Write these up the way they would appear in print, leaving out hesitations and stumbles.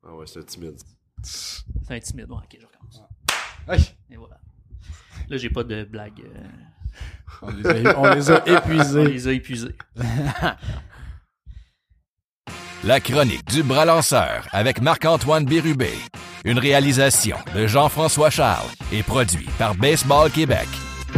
Ah ouais, c'est timide. C'est un timide. Bon, ok, je recommence. Ouais. Et voilà. Là, j'ai pas de blague. On les a épuisés. On les a épuisés. La chronique du bras lanceur avec Marc-Antoine Bérubé. Une réalisation de Jean-François Charles et produit par Baseball Québec.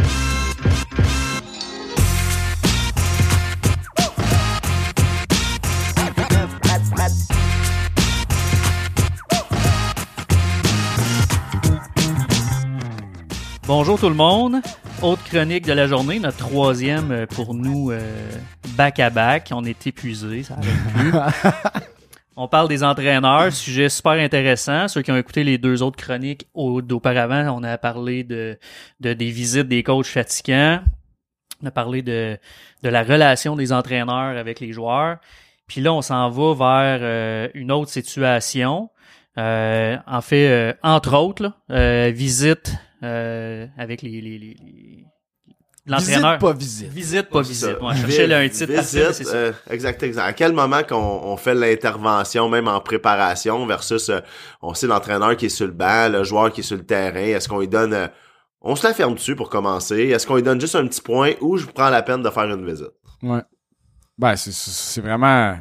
Bonjour tout le monde. Autre chronique de la journée, notre troisième pour nous back-à-back. On est épuisés, ça n'arrête plus. On parle des entraîneurs, sujet super intéressant. Ceux qui ont écouté les deux autres chroniques d'auparavant, on a parlé de des visites des coachs fatigants. On a parlé de la relation des entraîneurs avec les joueurs. Puis là, on s'en va vers une autre situation. En fait, entre autres, visite avec l'entraîneur. Visite, pas visite. Visite, pas visite. Ouais, chercher là un titre parfait, c'est ça. Exact. À quel moment qu'on fait l'intervention, même en préparation, versus on sait l'entraîneur qui est sur le banc, le joueur qui est sur le terrain, est-ce qu'on lui donne... on se la ferme dessus pour commencer. Est-ce qu'on lui donne juste un petit point ou je prends la peine de faire une visite? Ouais. Ben, c'est vraiment...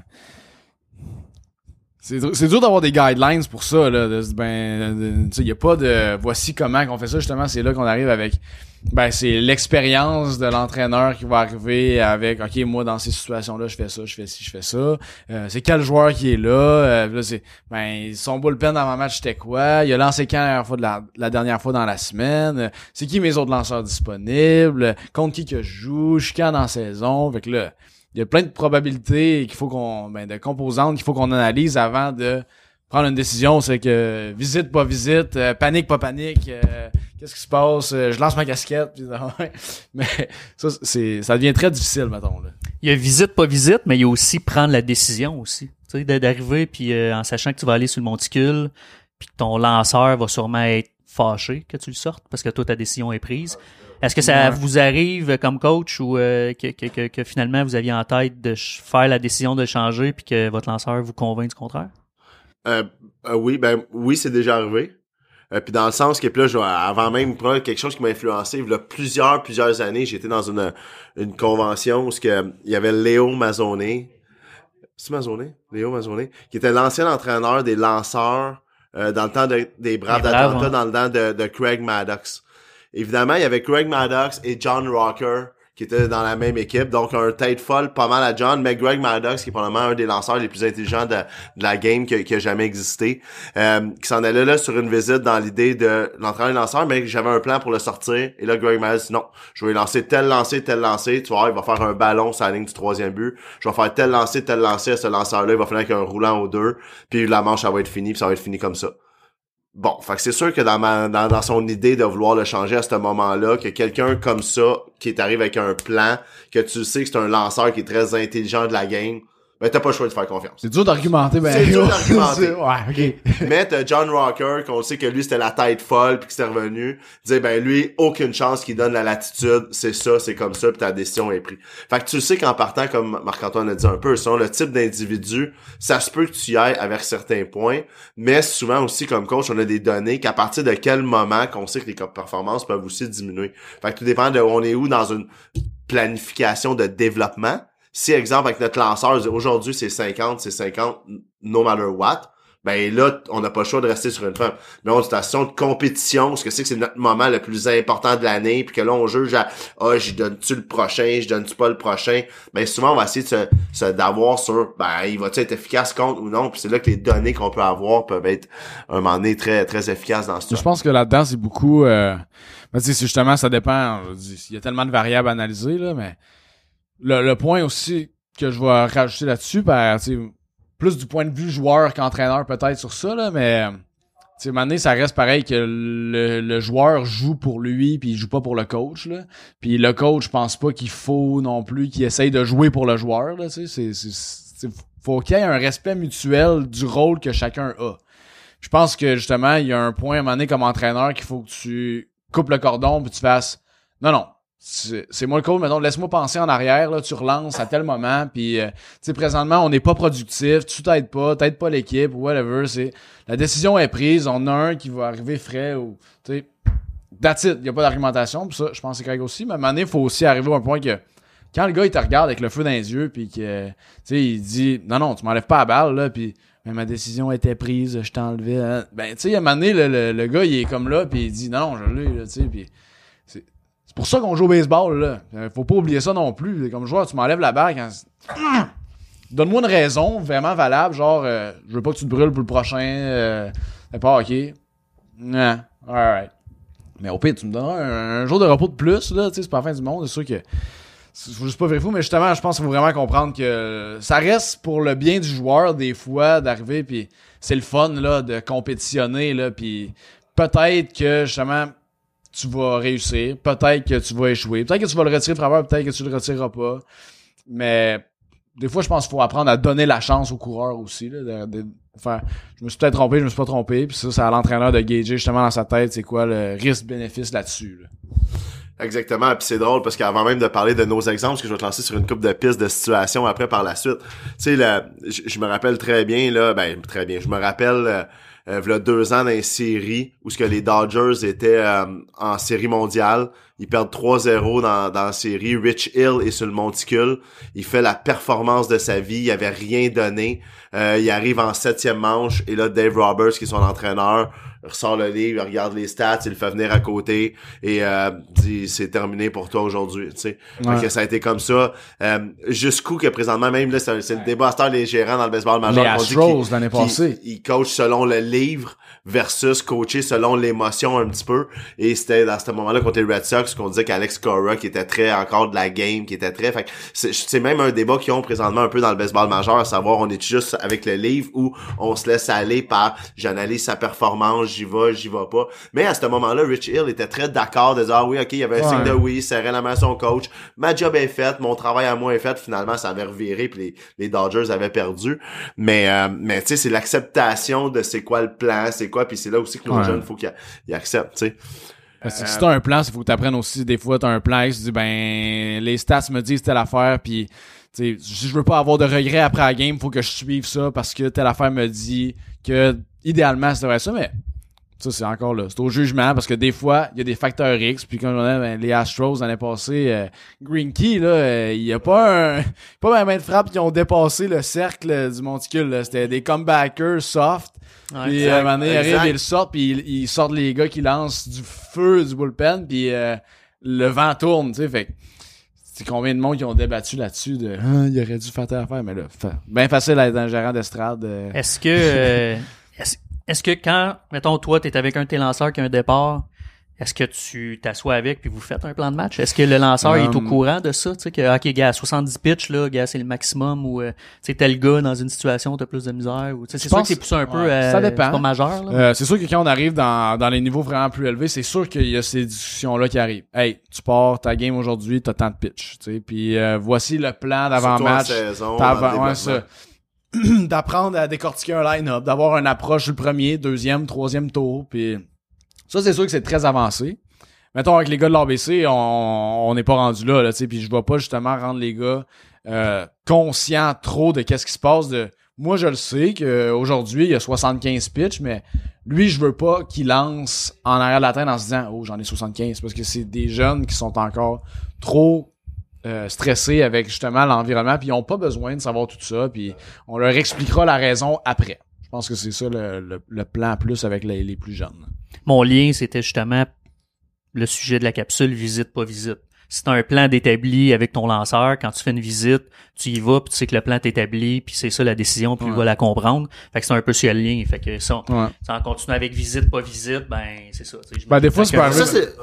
C'est dur d'avoir des guidelines pour ça, là. Il y a pas de voici comment qu'on fait ça, justement. C'est là qu'on arrive avec, c'est l'expérience de l'entraîneur qui va arriver avec, OK, moi, dans ces situations-là, je fais ça, je fais ci, je fais ça. C'est quel joueur qui est là? Là, c'est, son bullpen dans mon match, c'était quoi? Il a lancé quand la dernière fois dans la semaine? C'est qui mes autres lanceurs disponibles? Contre qui que je joue? Je suis quand dans la saison? Fait que là, il y a plein de probabilités qu'il faut de composantes qu'il faut qu'on analyse avant de prendre une décision. C'est que visite, pas visite, panique, pas panique, qu'est-ce qui se passe, je lance ma casquette, pis, mais ça devient très difficile, mettons, là. Il y a visite, pas visite, mais il y a aussi prendre la décision aussi. Tu sais, d'arriver puis en sachant que tu vas aller sur le monticule, puis que ton lanceur va sûrement être fâché que tu le sortes parce que toi ta décision est prise. Est-ce que ça vous arrive comme coach ou que finalement vous aviez en tête de faire la décision de changer puis que votre lanceur vous convainc du contraire? Oui, c'est déjà arrivé. Puis dans le sens que avant même quelque chose qui m'a influencé, il y a plusieurs années, j'étais dans une convention où il y avait Léo Mazzone. C'est Mazzone? Léo Mazzone, qui était l'ancien entraîneur des lanceurs dans le temps des Braves d'Atlanta, dans le temps de Craig Maddox. Évidemment, il y avait Craig Maddox et John Rocker qui étaient dans la même équipe. Donc, un tête folle pas mal à John, mais Greg Maddox, qui est probablement un des lanceurs les plus intelligents de la game qui a jamais existé, qui s'en allait là sur une visite dans l'idée de l'entraîneur des lanceurs, mais j'avais un plan pour le sortir. Et là, Greg Maddox dit non, je vais lancer tel lancer. Tu vas voir, il va faire un ballon sur la ligne du troisième but. Je vais faire tel lancer à ce lanceur-là. Il va finir avec un roulant aux deux. Puis la manche, ça va être fini, puis ça va être fini comme ça. Bon, fait que c'est sûr que dans son idée de vouloir le changer à ce moment-là, que quelqu'un comme ça, qui arrive avec un plan, que tu sais que c'est un lanceur qui est très intelligent de la game, t'as pas le choix de faire confiance. C'est dur d'argumenter, c'est dur d'argumenter. Ouais, ok. Mais t'as John Rocker, qu'on sait que lui, c'était la tête folle, puis que c'était revenu, disait, lui, aucune chance qu'il donne la latitude, c'est ça, c'est comme ça, puis ta décision est prise. Fait que tu sais qu'en partant, comme Marc-Antoine a dit un peu, selon le type d'individu, ça se peut que tu y ailles avec certains points, mais souvent aussi, comme coach, on a des données qu'à partir de quel moment qu'on sait que les performances peuvent aussi diminuer. Fait que tout dépend de on est où dans une planification de développement. Si, exemple, avec notre lanceur, aujourd'hui, c'est 50, no matter what, là, on n'a pas le choix de rester sur une femme. Mais on est en situation de compétition, parce que c'est notre moment le plus important de l'année, puis que là, on juge j'y donne-tu le prochain, j'y donne-tu pas le prochain? Souvent, on va essayer d'avoir sur, il va-tu être efficace contre ou non, puis c'est là que les données qu'on peut avoir peuvent être, à un moment donné, très, très efficaces dans ce Je pense que là-dedans, c'est beaucoup, c'est justement, ça dépend, il y a tellement de variables à analyser, là, mais le point aussi que je vais rajouter là-dessus, plus du point de vue joueur qu'entraîneur peut-être sur ça, là, mais à un moment donné, ça reste pareil que le joueur joue pour lui puis il joue pas pour le coach, là. Puis le coach, je pense pas qu'il faut non plus qu'il essaye de jouer pour le joueur, là, faut qu'il y ait un respect mutuel du rôle que chacun a. Je pense que justement, il y a un point à un moment donné comme entraîneur qu'il faut que tu coupes le cordon puis tu fasses non, c'est moi le coach, mettons, laisse-moi penser en arrière, là, tu relances à tel moment, puis tu sais, présentement, on n'est pas productif, tu t'aides pas l'équipe, ou whatever, la décision est prise, on a un qui va arriver frais, ou, tu sais, that's it, y a pas d'argumentation, pis ça, je pense que c'est correct aussi, mais à un moment donné, il faut aussi arriver à un point que, quand le gars, il te regarde avec le feu dans les yeux, puis que, tu sais, il dit, non, tu m'enlèves pas la balle, là, puis mais ma décision était prise, je t'ai enlevé, hein. Ben, tu sais, à un moment donné, le gars, il est comme là, puis il dit, non, je l'ai, là, tu sais, puis c'est pour ça qu'on joue au baseball, là. Faut pas oublier ça non plus. Comme joueur, tu m'enlèves la balle quand... Donne-moi une raison vraiment valable, genre, je veux pas que tu te brûles pour le prochain, c'est pas ok. Non, alright. Mais au pire, tu me donneras un jour de repos de plus, là, tu sais, c'est pas la fin du monde, c'est sûr que... Faut juste pas vrai fou, mais justement, je pense qu'il faut vraiment comprendre que ça reste pour le bien du joueur, des fois, d'arriver, puis c'est le fun, là, de compétitionner, là, puis peut-être que, justement... tu vas réussir, peut-être que tu vas échouer, peut-être que tu vas le retirer faveur, peut-être que tu le retireras pas, mais des fois je pense qu'il faut apprendre à donner la chance aux coureurs aussi, là, enfin, je me suis peut-être trompé, je me suis pas trompé, puis ça c'est à l'entraîneur de gager justement dans sa tête c'est quoi le risque-bénéfice là-dessus, là. Exactement, puis c'est drôle parce qu'avant même de parler de nos exemples, parce que je vais te lancer sur une couple de pistes de situation après par la suite, tu sais, je me rappelle très bien, là, très bien, je me rappelle... v'là 2 ans dans les séries où ce que les Dodgers étaient en série mondiale, ils perdent 3-0 dans la série. Rich Hill est sur le monticule, il fait la performance de sa vie, il avait rien donné. Il arrive en 7e manche et là Dave Roberts qui est son entraîneur ressort le livre, il regarde les stats, il le fait venir à côté et dit c'est terminé pour toi aujourd'hui, tu sais. Ouais. Que ça a été comme ça jusqu'où que présentement même là c'est le débat à cette heure les gérants dans le baseball majeur les Astros l'année passée. Ils coachent selon le livre versus coacher selon l'émotion un petit peu et c'était dans ce moment-là contre les Red Sox qu'on disait qu'Alex Cora qui était très encore de la game, qui était très fait que c'est même un débat qu'ils ont présentement un peu dans le baseball majeur à savoir on est juste avec le livre ou on se laisse aller par j'analyse sa performance, j'y vais pas. Mais à ce moment-là, Rich Hill était très d'accord de dire ah oui, ok, il y avait un signe de oui, il serrait la main à son coach. Ma job est faite, mon travail à moi est fait. Finalement, ça avait reviré puis les Dodgers avaient perdu. Mais tu sais, c'est l'acceptation de c'est quoi le plan, c'est quoi, puis c'est là aussi que nos jeunes, faut qu'ils acceptent, tu sais. Parce que si t'as un plan, il faut que t'apprennes aussi, des fois, t'as un plan et tu dis, ben, les stats me disent telle affaire, puis tu sais, si je veux pas avoir de regrets après la game, faut que je suive ça parce que telle affaire me dit que, idéalement, c'est vrai ça, mais ça, c'est encore là. C'est au jugement parce que des fois, il y a des facteurs X. Puis quand on a les Astros l'année passée, Greinke, là, il y a pas même de frappes qui ont dépassé le cercle du monticule. Là. C'était des comebackers soft. Ouais, puis à un moment donné, ils arrivent, ils le sortent, puis ils sortent les gars qui lancent du feu du bullpen, puis le vent tourne, tu sais. Fait c'est combien de monde qui ont débattu là-dessus de il aurait dû faire telle affaire, mais là, bien facile à être un gérant d'estrade. Est-ce que quand, mettons, toi, t'es avec un de tes lanceurs qui a un départ, est-ce que tu t'assois avec puis vous faites un plan de match? Est-ce que le lanceur est au courant de ça? Tu sais, que, OK, gars, 70 pitches, là, gars, c'est le maximum ou, tu sais, tel gars dans une situation, t'as plus de misère ou, tu sais, c'est sûr que c'est poussé un peu, ça dépend. C'est pas majeur, là. C'est sûr que quand on arrive dans les niveaux vraiment plus élevés, c'est sûr qu'il y a ces discussions-là qui arrivent. Hey, tu pars ta game aujourd'hui, t'as tant de pitch, tu sais, puis voici le plan d'avant-match. Ça. D'apprendre à décortiquer un line-up, d'avoir une approche le premier, deuxième, troisième tour, puis ça, c'est sûr que c'est très avancé. Mettons, avec les gars de l'ABC, on n'est pas rendu là, tu sais, puis je vais pas justement rendre les gars conscients trop de qu'est-ce qui se passe. Moi, je le sais qu'aujourd'hui, il y a 75 pitches, mais lui, je veux pas qu'il lance en arrière de la tête en se disant « Oh, j'en ai 75 », parce que c'est des jeunes qui sont encore trop stressés avec justement l'environnement, puis ils ont pas besoin de savoir tout ça, puis on leur expliquera la raison après. Je pense que c'est ça le plan plus avec les plus jeunes. Mon lien, c'était justement le sujet de la capsule visite, pas visite. Si t'as un plan d'établi avec ton lanceur, quand tu fais une visite, tu y vas, puis tu sais que le plan est établi, puis c'est ça la décision, puis il va la comprendre. Fait que c'est un peu sur le lien. Fait que ça, en continuant avec visite, pas visite, ben c'est ça. Ben des fois, c'est pas arrivé.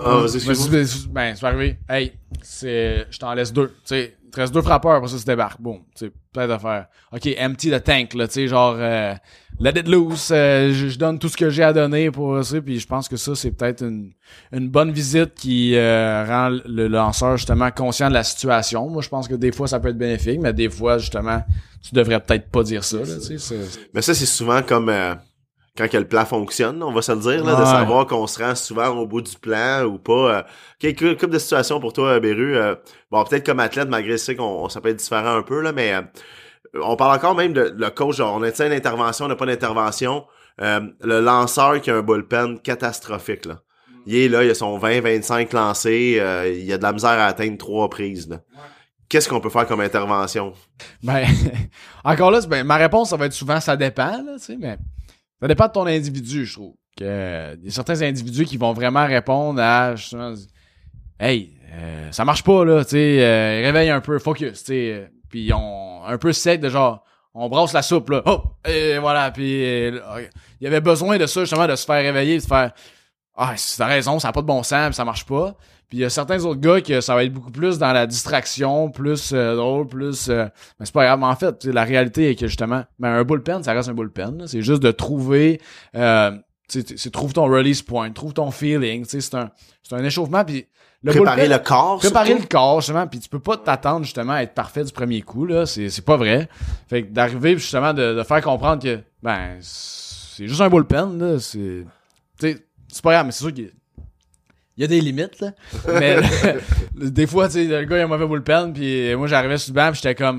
C'est pas arrivé. Hey, je t'en laisse 2. Tu sais, il te reste 2 frappeurs, pour ça, tu débarques. Bon, tu sais, peut-être à faire. OK, empty the tank, là, tu sais, genre, let it loose. Je donne tout ce que j'ai à donner pour ça, puis je pense que ça, c'est peut-être une bonne visite qui rend le lanceur, justement, conscient de la situation. Moi, je pense que des fois, ça peut être bénéfique, mais des fois, justement, tu devrais peut-être pas dire ça, là, tu sais. Mais ça, c'est souvent comme quand que le plan fonctionne, on va se le dire, là, de savoir qu'on se rend souvent au bout du plan ou pas. Quelle couple de situations pour toi, Béru? Bon, peut-être comme athlète, malgré ça ça peut être différent un peu, là, mais on parle encore même de le coach, genre, on a une intervention, on n'a pas d'intervention. Le lanceur qui a un bullpen catastrophique, là. Il est là, il a son 20-25 lancés, il a de la misère à atteindre 3 prises, là. Qu'est-ce qu'on peut faire comme intervention? Ben, encore là, ma réponse, ça va être souvent, ça dépend, là, tu sais, mais ça dépend de ton individu, je trouve. Il y a certains individus qui vont vraiment répondre à, justement, hey, ça marche pas, là, tu sais, réveille un peu, focus, tu sais, puis on un peu sec de genre, on brasse la soupe, là, oh, et voilà, puis il y avait besoin de ça, justement, de se faire réveiller, de se faire, t'as raison, ça n'a pas de bon sens, pis ça marche pas. Puis il y a certains autres gars que ça va être beaucoup plus dans la distraction, plus drôle, plus... mais c'est pas grave. Mais en fait, la réalité est que justement, un bullpen, ça reste un bullpen. Là. C'est juste de trouver... trouve ton release point, trouve ton feeling. C'est un échauffement. Puis préparer le corps. Préparer le corps, justement. Puis tu peux pas t'attendre justement à être parfait du premier coup. Là. C'est pas vrai. Fait que d'arriver justement de faire comprendre que c'est juste un bullpen. Là. C'est pas grave, mais c'est sûr qu'il y a des limites, là. Mais des fois, tu sais, le gars, il a un mauvais bullpen, puis moi, j'arrivais sur le banc, puis j'étais comme,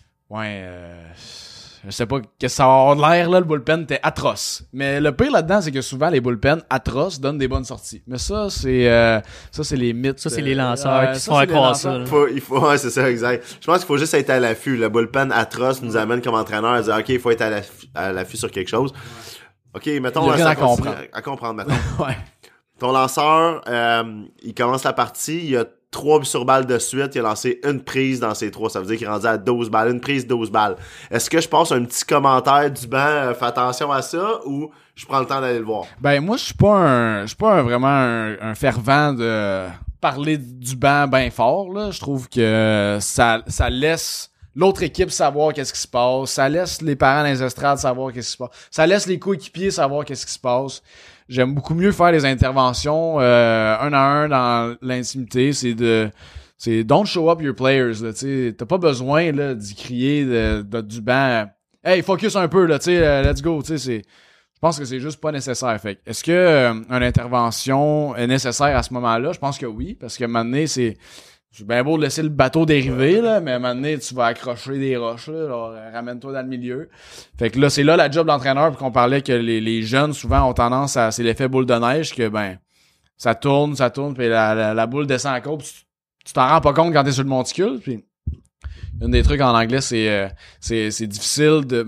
je sais pas qu'est-ce que ça va avoir de l'air, là, le bullpen était atroce. Mais le pire là-dedans, c'est que souvent, les bullpens atroces donnent des bonnes sorties. Mais ça, c'est les mythes. Ça, c'est les lanceurs qui se font accroire ça. C'est ça, exact. Je pense qu'il faut juste être à l'affût. Le bullpen atroce nous amène comme entraîneur à dire, OK, il faut être à l'affût sur quelque chose. OK, mettons, à comprendre maintenant. Ouais. Ton lanceur, il commence la partie, il a 3 buts sur balle de suite, il a lancé une prise dans ses 3, ça veut dire qu'il est rendu à 12 balles, une prise, 12 balles. Est-ce que je passe un petit commentaire du banc, fais attention à ça, ou je prends le temps d'aller le voir? Ben, moi, je suis pas vraiment un fervent de parler du banc bien fort, là. Je trouve que ça laisse l'autre équipe savoir qu'est-ce qui se passe, ça laisse les parents dans les estrades savoir qu'est-ce qui se passe, ça laisse les coéquipiers savoir qu'est-ce qui se passe. J'aime beaucoup mieux faire des interventions un à un dans l'intimité, c'est don't show up your players, là, tu sais, t'as pas besoin là d'y crier du banc, hey, focus un peu là, tu sais, let's go, tu sais, je pense que c'est juste pas nécessaire. Fait est-ce que une intervention est nécessaire à ce moment-là? Je pense que oui, parce que maintenant c'est bien beau de laisser le bateau dériver, là, mais à un moment donné, tu vas accrocher des roches, là, alors ramène-toi dans le milieu. Fait que là, c'est là la job de l'entraîneur, puis qu'on parlait que les jeunes, souvent, ont tendance à... C'est l'effet boule de neige, que ça tourne, puis la boule descend à côte, tu t'en rends pas compte quand t'es sur le monticule, puis une des trucs en anglais, c'est difficile de...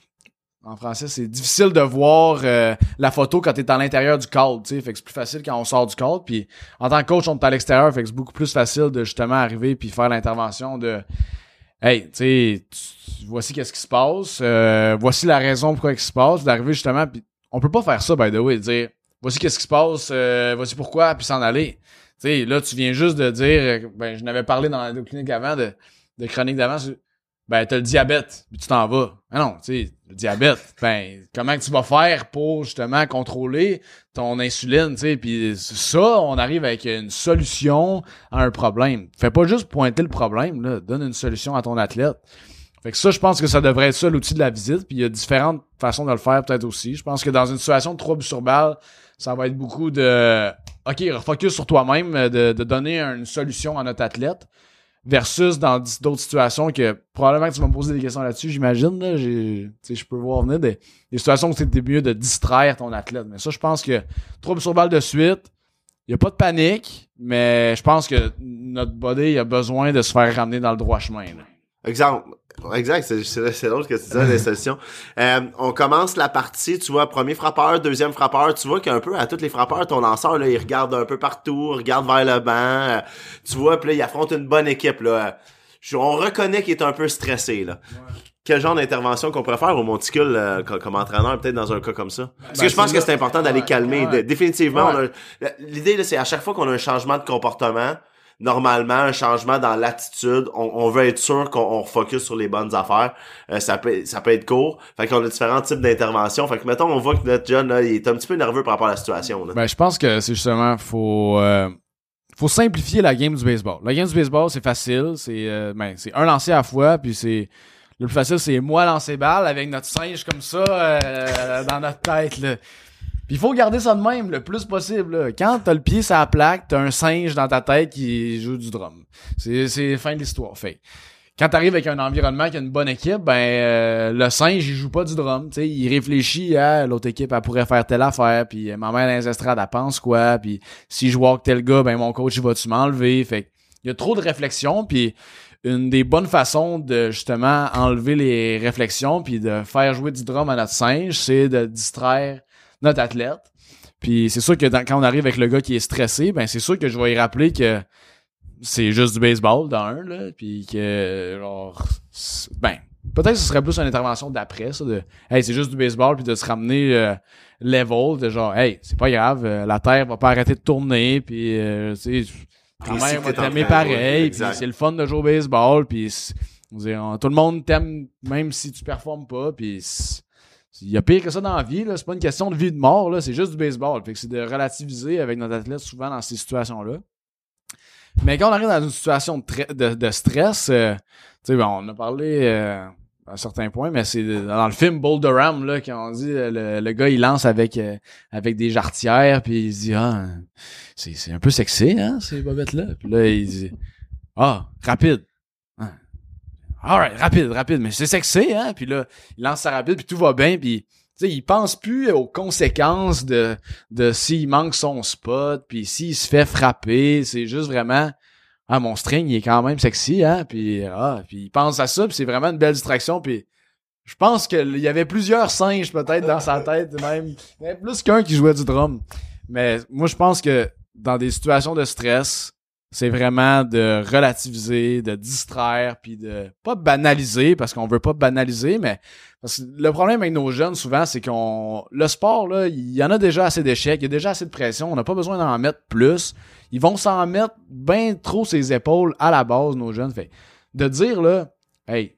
En français, c'est difficile de voir la photo quand t'es à l'intérieur du cadre, tu sais. Fait que c'est plus facile quand on sort du cadre. Puis en tant que coach, on est à l'extérieur, fait que c'est beaucoup plus facile de justement arriver puis faire l'intervention de hey, tu sais, voici qu'est-ce qui se passe, voici la raison pourquoi il se passe, d'arriver justement. Puis on peut pas faire ça, by the way, de dire voici qu'est-ce qui se passe, voici pourquoi, puis s'en aller. Tu sais, là, tu viens juste de dire, je n'avais parlé dans la clinique avant de chronique d'avant. T'as le diabète, puis tu t'en vas. Ah non, tu sais, le diabète, comment tu vas faire pour, justement, contrôler ton insuline, tu sais, puis ça, on arrive avec une solution à un problème. Fais pas juste pointer le problème, là, donne une solution à ton athlète. Fait que ça, je pense que ça devrait être ça, l'outil de la visite, puis il y a différentes façons de le faire, peut-être aussi. Je pense que dans une situation de 3 buts sur balle, ça va être beaucoup de, OK, refocus sur toi-même, de donner une solution à notre athlète. Versus dans d'autres situations que probablement que tu vas me poser des questions là-dessus, j'imagine. Là, je peux voir venir des situations où c'était mieux de distraire ton athlète. Mais ça, je pense que 3 buts sur balle de suite, il n'y a pas de panique, mais je pense que notre body a besoin de se faire ramener dans le droit chemin. Là. Exact, c'est l'autre que tu disais, les solutions. On commence la partie, tu vois, premier frappeur, deuxième frappeur, tu vois qu'un peu à tous les frappeurs, ton lanceur, là, il regarde un peu partout, regarde vers le banc, tu vois, puis là, il affronte une bonne équipe, là. On reconnaît qu'il est un peu stressé, là. Ouais. Quel genre d'intervention qu'on pourrait faire au monticule comme entraîneur, peut-être dans un cas comme ça? Parce que je pense que c'est important d'aller calmer. Ouais. Définitivement, l'idée, là, c'est à chaque fois qu'on a un changement de comportement, normalement, un changement dans l'attitude, on veut être sûr qu'on refocus sur les bonnes affaires. Ça peut être court. Fait qu'on a différents types d'interventions. Fait que, mettons, on voit que notre jeune, là, il est un petit peu nerveux par rapport à la situation, là. Je pense que c'est justement, faut simplifier la game du baseball. La game du baseball, c'est facile. C'est un lancer à la fois, puis c'est Le plus facile, c'est moi lancer balle avec notre singe comme ça dans notre tête, là. Puis il faut garder ça de même le plus possible, là. Quand t'as le pied sur la plaque, t'as un singe dans ta tête qui joue du drum. C'est fin de l'histoire. Fait quand t'arrives avec un environnement qui a une bonne équipe, le singe, il joue pas du drum, tu sais, il réfléchit à l'autre équipe, elle pourrait faire telle affaire, puis ma mère dans les estrades, elle pense quoi, puis si je walk tel gars, mon coach, il va-tu m'enlever? Fait il y a trop de réflexion, puis une des bonnes façons de justement enlever les réflexions puis de faire jouer du drum à notre singe, c'est de distraire notre athlète. Puis c'est sûr que quand on arrive avec le gars qui est stressé, c'est sûr que je vais y rappeler que c'est juste du baseball dans un, là, puis que genre peut-être que ce serait plus une intervention d'après ça, de hey, c'est juste du baseball, puis de se ramener level, de genre hey, c'est pas grave, la terre va pas arrêter de tourner, puis tu sais ta mère va t'aimer pareil, puis c'est le fun de jouer au baseball, puis tout le monde t'aime même si tu performes pas, puis il y a pire que ça dans la vie, là, c'est pas une question de vie ou de mort, là, c'est juste du baseball, fait que c'est de relativiser avec notre athlète souvent dans ces situations-là. Mais quand on arrive dans une situation de stress, tu sais, on a parlé à un certain point, mais c'est dans le film Boulderham, là, quand on dit le gars il lance avec des jarretières, puis il se dit c'est un peu sexy, hein, ces bobettes-là. Puis là, il dit rapide. Alright, rapide, mais c'est sexy, hein. Puis là, il lance sa rapide, puis tout va bien, puis tu sais, il pense plus aux conséquences de s'il manque son spot, puis s'il se fait frapper, c'est juste vraiment mon string, il est quand même sexy, hein, puis il pense à ça, puis c'est vraiment une belle distraction, puis je pense qu'il y avait plusieurs singes peut-être dans sa tête, même il y avait plus qu'un qui jouait du drum. Mais moi, je pense que dans des situations de stress, c'est vraiment de relativiser, de distraire, puis de pas banaliser, parce qu'on veut pas banaliser, mais parce que le problème avec nos jeunes, souvent, c'est le sport, là, il y en a déjà assez d'échecs, il y a déjà assez de pression, on n'a pas besoin d'en mettre plus. Ils vont s'en mettre bien trop ses épaules à la base, nos jeunes. Fait de dire, là, hey,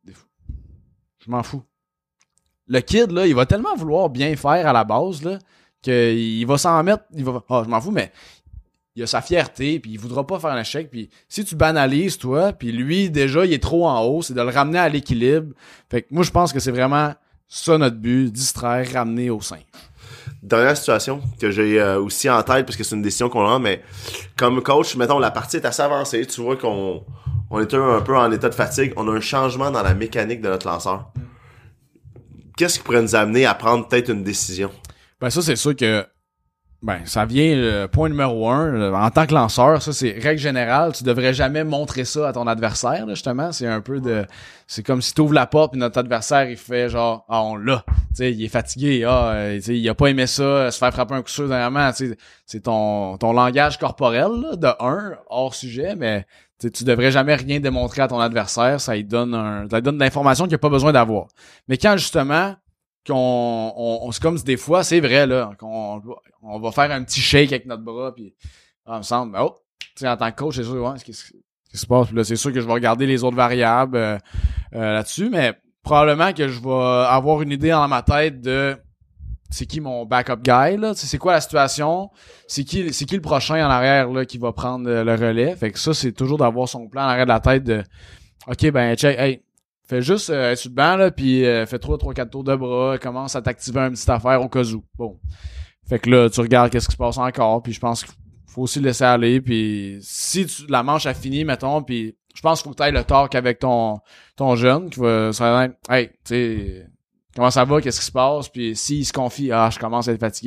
je m'en fous. Le kid, là, il va tellement vouloir bien faire à la base, là, qu'il va s'en mettre, je m'en fous, mais il a sa fierté, puis il voudra pas faire un échec, puis si tu banalises, toi, puis lui, déjà, il est trop en haut, c'est de le ramener à l'équilibre. Fait que moi, je pense que c'est vraiment ça notre but, distraire, ramener au sein. Dernière situation que j'ai aussi en tête, parce que c'est une décision qu'on a, mais comme coach, mettons, la partie est assez avancée, tu vois qu'on est un peu en état de fatigue, on a un changement dans la mécanique de notre lanceur. Qu'est-ce qui pourrait nous amener à prendre peut-être une décision? Ça, c'est sûr que ça vient, point numéro 1, en tant que lanceur, ça c'est règle générale, tu devrais jamais montrer ça à ton adversaire, là, justement, c'est un peu c'est comme si tu ouvres la porte et notre adversaire il fait genre on l'a, tu sais, il est fatigué, tu sais, il a pas aimé ça, se faire frapper un coup sûr dernièrement, tu sais, c'est ton langage corporel là, de hors sujet, mais tu devrais jamais rien démontrer à ton adversaire, ça lui donne de l'information qu'il a pas besoin d'avoir. Mais quand justement c'est comme si des fois, c'est vrai, là, on va faire un petit shake avec notre bras, puis il me semble, tu sais, en tant que coach, c'est sûr, qu'est-ce qui se passe? Puis là, c'est sûr que je vais regarder les autres variables là-dessus, mais probablement que je vais avoir une idée dans ma tête de c'est qui mon backup guy, là, c'est quoi la situation, c'est qui le prochain en arrière là qui va prendre le relais. Fait que ça, c'est toujours d'avoir son plan en arrière de la tête de OK, check, hey, fais juste être sur le banc, là, puis fais 3-4 tours de bras, commence à t'activer une petite affaire au cas où. Bon. Fait que là, tu regardes qu'est-ce qui se passe encore, puis je pense qu'il faut aussi laisser aller, puis si la manche a fini, mettons, puis je pense qu'il faut que tu ailles le talk avec ton jeune, qui va se dire « Hey, tu sais, comment ça va, qu'est-ce qui se passe? » Puis s'il se confie « je commence à être fatigué »,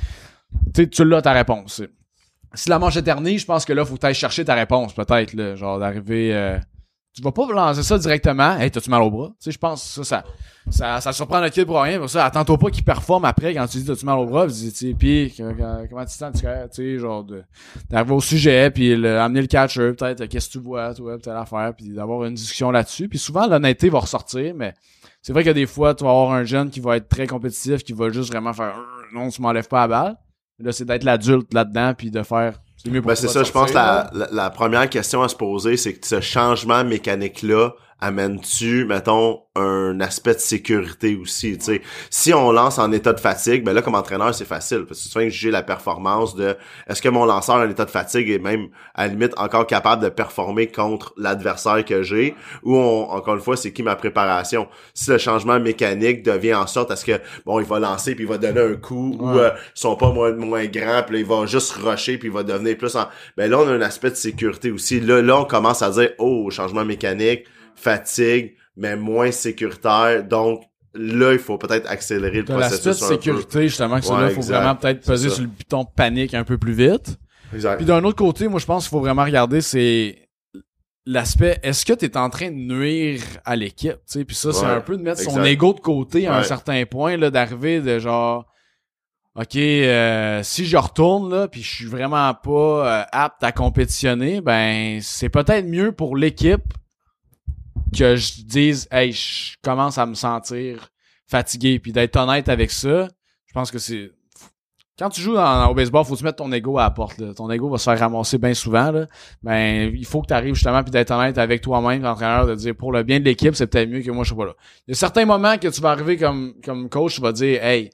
tu l'as ta réponse. Si la manche est terminée, je pense que là, faut que tu ailles chercher ta réponse, peut-être, là, genre d'arriver... tu vas pas lancer ça directement. Hey, t'as-tu mal au bras? Tu sais, je pense que ça surprend le kid pour rien. Pour ça, attends-toi pas qu'il performe après quand tu dis t'as-tu mal au bras. Puis comment tu te sens? Tu sais, genre d'arriver au sujet, puis amener le catcher, peut-être, qu'est-ce que tu vois, toi, telle affaire, puis d'avoir une discussion là-dessus. Puis souvent, l'honnêteté va ressortir, mais c'est vrai que des fois, tu vas avoir un jeune qui va être très compétitif, qui va juste vraiment faire non, tu m'enlèves pas la balle. Là, c'est d'être l'adulte là-dedans, puis de faire... C'est mieux pour c'est ça, je pense que la première question à se poser, c'est que ce changement mécanique-là amène-tu, mettons, un aspect de sécurité aussi, tu sais. Si on lance en état de fatigue, ben là, comme entraîneur, c'est facile, parce que tu viens juger la performance de, est-ce que mon lanceur en état de fatigue est même, à la limite, encore capable de performer contre l'adversaire que j'ai, ou encore une fois, c'est qui ma préparation. Si le changement mécanique devient en sorte à ce que, bon, il va lancer puis il va donner un coup, ou ils sont pas moins grands, puis là, il va juste rusher puis il va devenir plus ben là, on a un aspect de sécurité aussi. Là, on commence à dire, changement mécanique, fatigue, mais moins sécuritaire. Donc, là, il faut peut-être accélérer le processus. L'aspect de sécurité, justement, que là, il faut vraiment peut-être peser sur le piton panique un peu plus vite. Exact. Puis d'un autre côté, moi, je pense qu'il faut vraiment regarder, c'est l'aspect, est-ce que tu es en train de nuire à l'équipe? Puis ça, c'est un peu de mettre son ego de côté à un certain point, là, d'arriver de genre... OK, si je retourne là puis je suis vraiment pas apte à compétitionner, ben c'est peut-être mieux pour l'équipe que je dise hey, je commence à me sentir fatigué, puis d'être honnête avec ça. Je pense que c'est quand tu joues au baseball, faut que tu mettre ton ego à la porte là. Ton ego va se faire ramasser bien souvent là. Ben il faut que tu arrives justement puis d'être honnête avec toi-même, l'entraîneur, de dire pour le bien de l'équipe, c'est peut-être mieux que moi je suis pas là. Il y a certains moments que tu vas arriver comme coach, tu vas dire hey,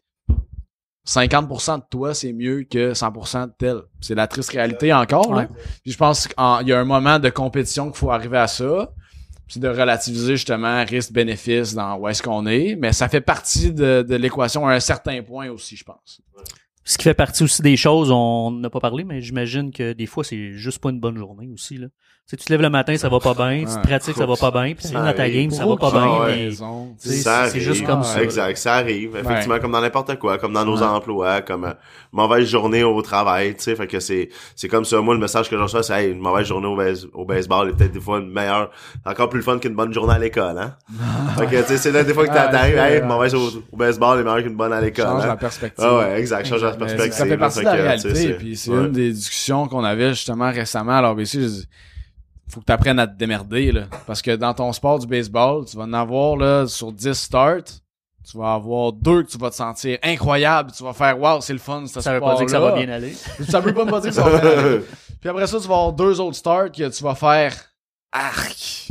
50% de toi, c'est mieux que 100% de tel. C'est la triste réalité encore, là. Puis je pense qu'il y a un moment de compétition qu'il faut arriver à ça. Puis de relativiser, justement, risque-bénéfice dans où est-ce qu'on est. Mais ça fait partie de l'équation à un certain point aussi, je pense. Ce qui fait partie aussi des choses, on n'a pas parlé, mais j'imagine que des fois, c'est juste pas une bonne journée aussi, là. Tu sais, tu te lèves le matin, ça va pas bien, tu te pratiques, ça va pas bien, puis tu viens dans ta game, ça va pas bien. C'est juste comme ça. Exact, ça arrive. Effectivement, comme dans n'importe quoi, comme dans nos emplois, comme mauvaise journée au travail, tu sais, fait que c'est comme ça. Moi, le message que je reçois, c'est hey, une mauvaise journée au baseball est peut-être des fois une meilleure, encore plus le fun qu'une bonne journée à l'école, hein. Fait que, tu sais, c'est là des fois que t'arrives, hey, une mauvaise au baseball est meilleure qu'une bonne à l'école. Change la perspective. Ouais, exact, change la perspective. Ça fait partie de la réalité, puis c'est une des discussions qu'on avait justement récemment à l'ABC. Faut que tu apprennes à te démerder, là. Parce que dans ton sport du baseball, tu vas en avoir, là, sur 10 starts, tu vas avoir 2 que tu vas te sentir incroyable, tu vas faire wow, c'est le fun, ça veut pas dire que ça va bien aller. Ça veut pas me dire que ça va bien aller. Puis après ça, tu vas avoir 2 autres starts que tu vas faire arc.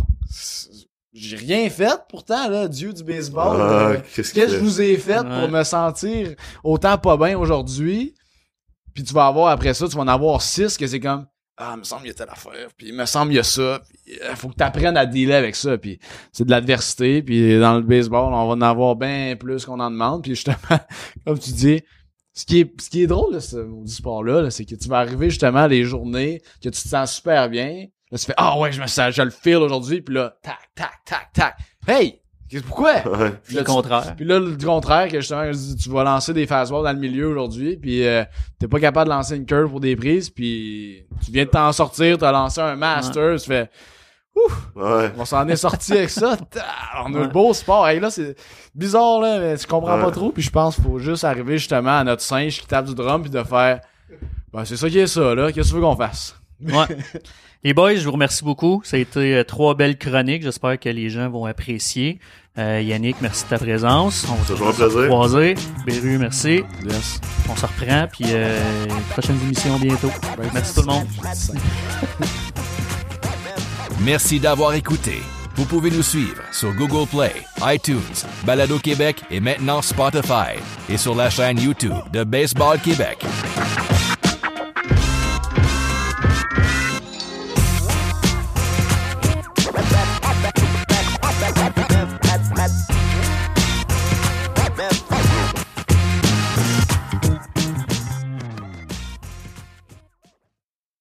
J'ai rien fait pourtant, là, dieu du baseball. Qu'est-ce que je vous ai fait pour me sentir autant pas bien aujourd'hui? Puis tu vas avoir après ça, tu vas en avoir 6 que c'est comme il me semble qu'il y a telle affaire, puis il me semble qu'il y a ça, puis faut que tu apprennes à dealer avec ça, puis c'est de l'adversité, puis dans le baseball, on va en avoir bien plus qu'on en demande, puis justement, comme tu dis, ce qui est drôle de du sport-là, là, c'est que tu vas arriver justement les journées que tu te sens super bien, là tu fais je le feel aujourd'hui, puis là, tac, hey! Pourquoi? Puis le contraire. Puis là, le contraire, que justement, tu vas lancer des fastballs dans le milieu aujourd'hui, puis t'es pas capable de lancer une curve pour des prises, puis tu viens de t'en sortir, t'as lancé un master, tu fais on s'en est sorti avec ça. On a le beau sport. Hey, là, c'est bizarre, là, mais tu comprends pas trop, puis je pense qu'il faut juste arriver justement à notre singe qui tape du drum, puis de faire c'est ça qui est ça, là, qu'est-ce que tu veux qu'on fasse? Ouais. Les boys, je vous remercie beaucoup. Ça a été 3 belles chroniques. J'espère que les gens vont apprécier. Yannick, merci de ta présence. On va toujours un plaisir. Croiser. Béru, merci. Yes. On se reprend. Puis prochaine émission bientôt. Merci tout le monde. Merci d'avoir écouté. Vous pouvez nous suivre sur Google Play, iTunes, Balado Québec et maintenant Spotify. Et sur la chaîne YouTube de Baseball Québec.